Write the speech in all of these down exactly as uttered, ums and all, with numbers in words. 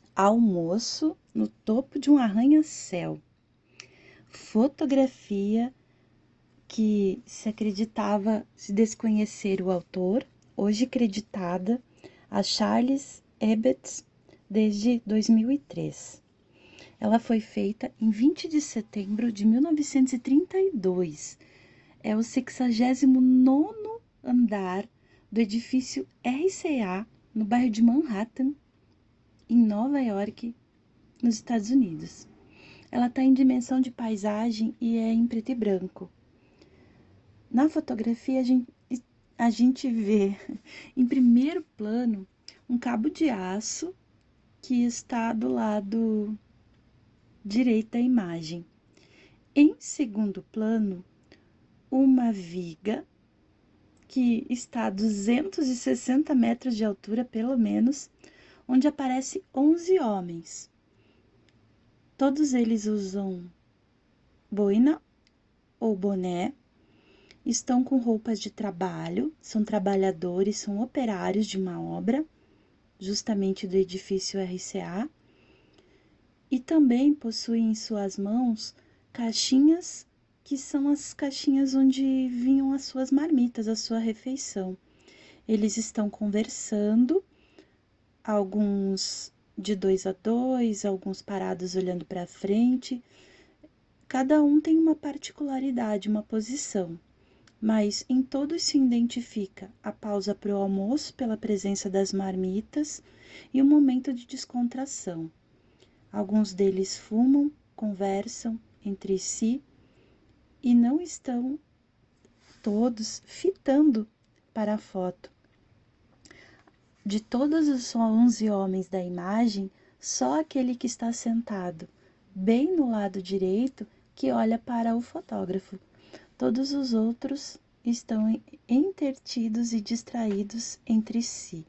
Almoço no topo de um arranha-céu. Fotografia que se acreditava se desconhecer o autor, hoje creditada a Charles Ebbets desde dois mil e três. Ela foi feita em vinte de setembro de mil novecentos e trinta e dois. É o sexagésimo nono andar do edifício R C A, no bairro de Manhattan, em Nova York, nos Estados Unidos. Ela está em dimensão de paisagem e é em preto e branco. Na fotografia, a gente, a gente vê, em primeiro plano, um cabo de aço que está do lado direito da imagem. Em segundo plano, uma viga que está a duzentos e sessenta metros de altura, pelo menos, onde aparece onze homens. Todos eles usam boina ou boné, estão com roupas de trabalho, são trabalhadores, são operários de uma obra, justamente do edifício R C A, e também possuem em suas mãos caixinhas que são as caixinhas onde vinham as suas marmitas, a sua refeição. Eles estão conversando, alguns de dois a dois, alguns parados olhando para frente. Cada um tem uma particularidade, uma posição, mas em todos se identifica a pausa para o almoço pela presença das marmitas e o momento de descontração. Alguns deles fumam, conversam entre si e não estão todos fitando para a foto. De todos os onze homens da imagem, só aquele que está sentado bem no lado direito que olha para o fotógrafo. Todos os outros estão entretidos e distraídos entre si.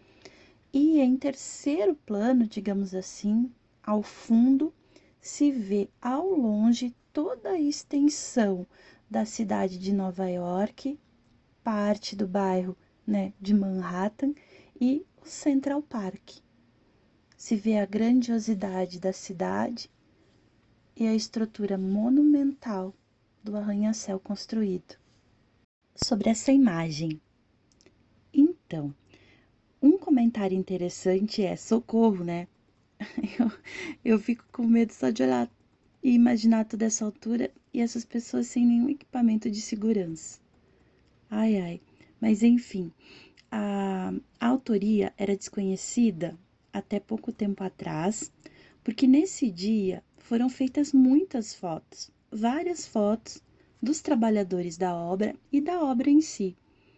E em terceiro plano, digamos assim, ao fundo, se vê ao longe toda a extensão da cidade de Nova York, parte do bairro, né, de Manhattan e o Central Park. Se vê a grandiosidade da cidade e a estrutura monumental do arranha-céu construído. Sobre essa imagem. Então, um comentário interessante é: socorro, né? Eu, eu fico com medo só de olhar e imaginar toda essa altura e essas pessoas sem nenhum equipamento de segurança. Ai, ai. Mas enfim, a, a autoria era desconhecida até pouco tempo atrás, porque nesse dia foram feitas muitas fotos, várias fotos dos trabalhadores da obra e da obra em si.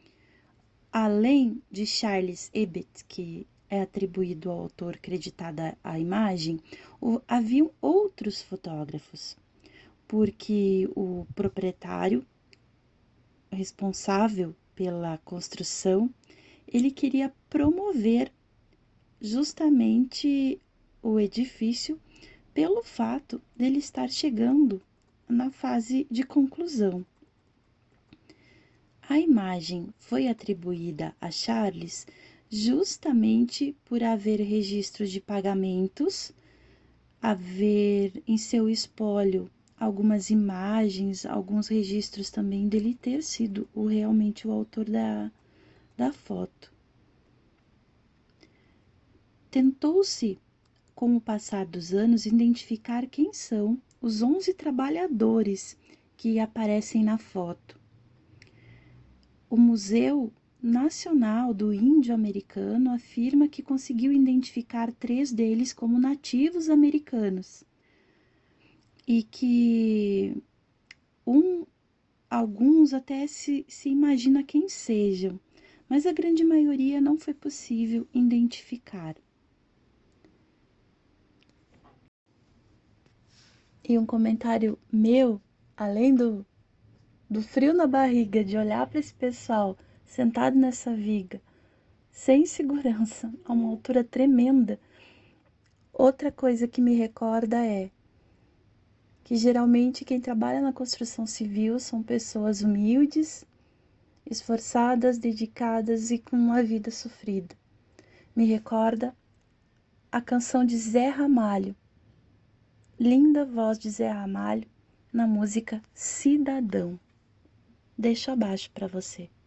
Além de Charles Ebbets, que é atribuído ao autor creditada a imagem, haviam outros fotógrafos, porque o proprietário responsável pela construção, ele queria promover justamente o edifício pelo fato dele estar chegando na fase de conclusão. A imagem foi atribuída a Charles justamente por haver registros de pagamentos, haver em seu espólio algumas imagens, alguns registros também dele ter sido o, realmente o autor da, da foto. Tentou-se, com o passar dos anos, identificar quem são os onze trabalhadores que aparecem na foto. O Museu Nacional do Índio Americano afirma que conseguiu identificar três deles como nativos americanos e que um, alguns até se, se imagina quem sejam, mas a grande maioria não foi possível identificar. E um comentário meu, além do, do frio na barriga de olhar para esse pessoal sentado nessa viga, sem segurança, a uma altura tremenda, outra coisa que me recorda é que geralmente quem trabalha na construção civil são pessoas humildes, esforçadas, dedicadas e com uma vida sofrida. Me recorda a canção de Zé Ramalho. Linda voz de Zé Ramalho na música Cidadão. Deixo abaixo para você.